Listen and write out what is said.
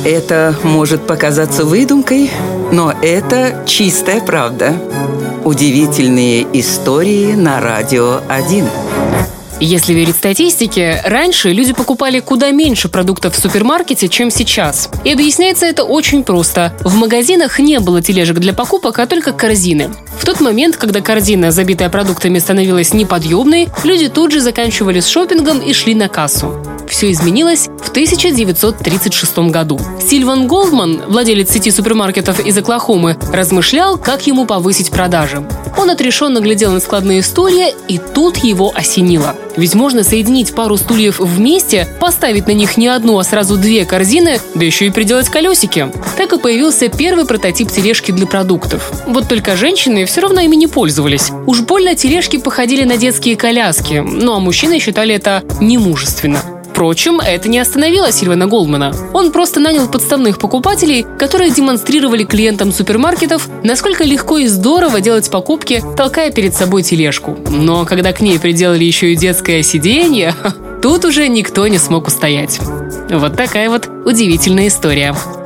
Это может показаться выдумкой, но это чистая правда. Удивительные истории на Радио 1. Если верить статистике, раньше люди покупали куда меньше продуктов в супермаркете, чем сейчас. И объясняется это очень просто. В магазинах не было тележек для покупок, а только корзины. В тот момент, когда корзина, забитая продуктами, становилась неподъемной, люди тут же заканчивали с шопингом и шли на кассу. Все изменилось в 1936 году. Сильван Голдман, владелец сети супермаркетов из Оклахомы, размышлял, как ему повысить продажи. Он отрешенно глядел на складные стулья, и тут его осенило. Ведь можно соединить пару стульев вместе, поставить на них не одну, а сразу две корзины, да еще и приделать колесики. Так и появился первый прототип тележки для продуктов. Вот только женщины все равно ими не пользовались. Уж больно тележки походили на детские коляски, ну а мужчины считали это немужественно. Впрочем, это не остановило Сильвана Голдмана. Он просто нанял подставных покупателей, которые демонстрировали клиентам супермаркетов, насколько легко и здорово делать покупки, толкая перед собой тележку. Но когда к ней приделали еще и детское сиденье, тут уже никто не смог устоять. Вот такая вот удивительная история.